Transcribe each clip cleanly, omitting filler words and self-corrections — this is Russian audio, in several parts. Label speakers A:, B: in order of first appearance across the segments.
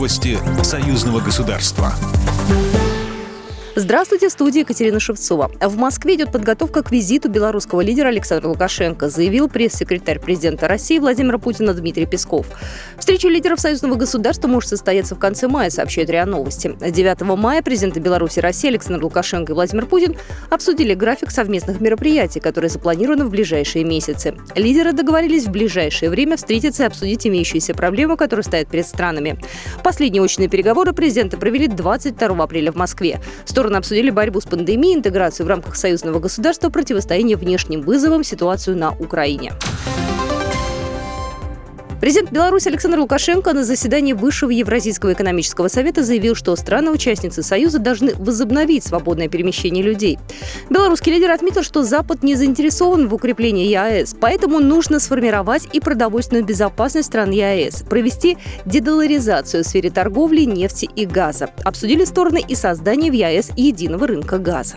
A: Новости союзного государства.
B: Здравствуйте, в студии Екатерина Шевцова. В Москве идет подготовка к визиту белорусского лидера Александра Лукашенко, заявил пресс-секретарь президента России Владимира Путина Дмитрий Песков. Встреча лидеров союзного государства может состояться в конце мая, сообщает РИА Новости. 9 мая президенты Беларуси и России Александр Лукашенко и Владимир Путин обсудили график совместных мероприятий, которые запланированы в ближайшие месяцы. Лидеры договорились в ближайшее время встретиться и обсудить имеющиеся проблемы, которые стоят перед странами. Последние очные переговоры президенты провели 22 апреля в Москве. Стороны обсудили борьбу с пандемией, интеграцию в рамках союзного государства, противостояние внешним вызовам, ситуацию на Украине. Президент Беларуси Александр Лукашенко на заседании Высшего Евразийского экономического совета заявил, что страны-участницы Союза должны возобновить свободное перемещение людей. Белорусский лидер отметил, что Запад не заинтересован в укреплении ЕАЭС, поэтому нужно сформировать и продовольственную безопасность стран ЕАЭС, провести дедоларизацию в сфере торговли, нефти и газа. Обсудили стороны и создание в ЕАЭС единого рынка газа.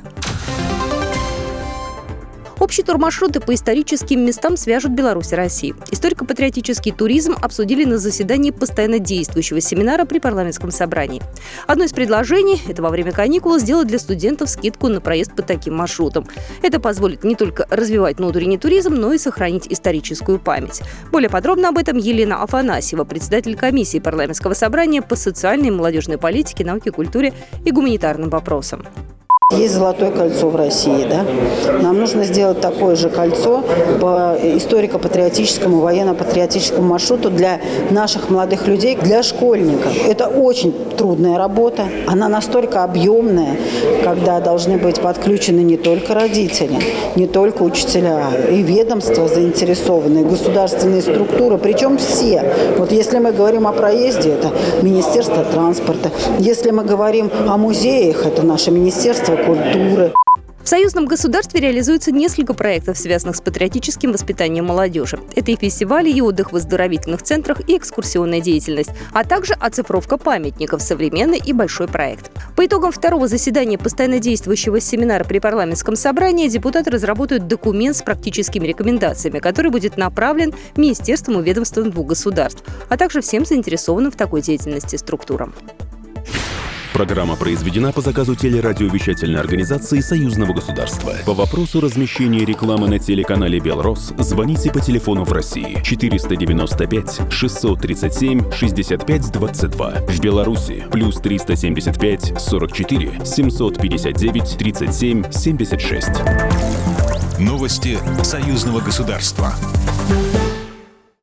B: Общие турмаршруты по историческим местам свяжут Беларусь и Россию. Историко-патриотический туризм обсудили на заседании постоянно действующего семинара при парламентском собрании. Одно из предложений – это во время каникул сделать для студентов скидку на проезд по таким маршрутам. Это позволит не только развивать внутренний туризм, но и сохранить историческую память. Более подробно об этом Елена Афанасьева, председатель комиссии парламентского собрания по социальной и молодежной политике, науке, культуре и гуманитарным вопросам.
C: Есть Золотое кольцо в России, да? Нам нужно сделать такое же кольцо по историко-патриотическому, военно-патриотическому маршруту для наших молодых людей, для школьников. Это очень трудная работа. Она настолько объемная, когда должны быть подключены не только родители, не только учителя, и ведомства заинтересованные, государственные структуры, причем все. Вот если мы говорим о проезде, это Министерство транспорта. Если мы говорим о музеях, это наше Министерство культуры.
B: В союзном государстве реализуется несколько проектов, связанных с патриотическим воспитанием молодежи. Это и фестивали, и отдых в оздоровительных центрах, и экскурсионная деятельность, а также оцифровка памятников, современный и большой проект. По итогам второго заседания постоянно действующего семинара при парламентском собрании депутаты разработают документ с практическими рекомендациями, который будет направлен министерствам и ведомствам двух государств, а также всем заинтересованным в такой деятельности структурам.
D: Программа произведена по заказу телерадиовещательной организации Союзного государства. По вопросу размещения рекламы на телеканале «Белрос» звоните по телефону в России 495 637 65 22. В Беларуси плюс 375 44 759 37 76.
A: Новости союзного государства.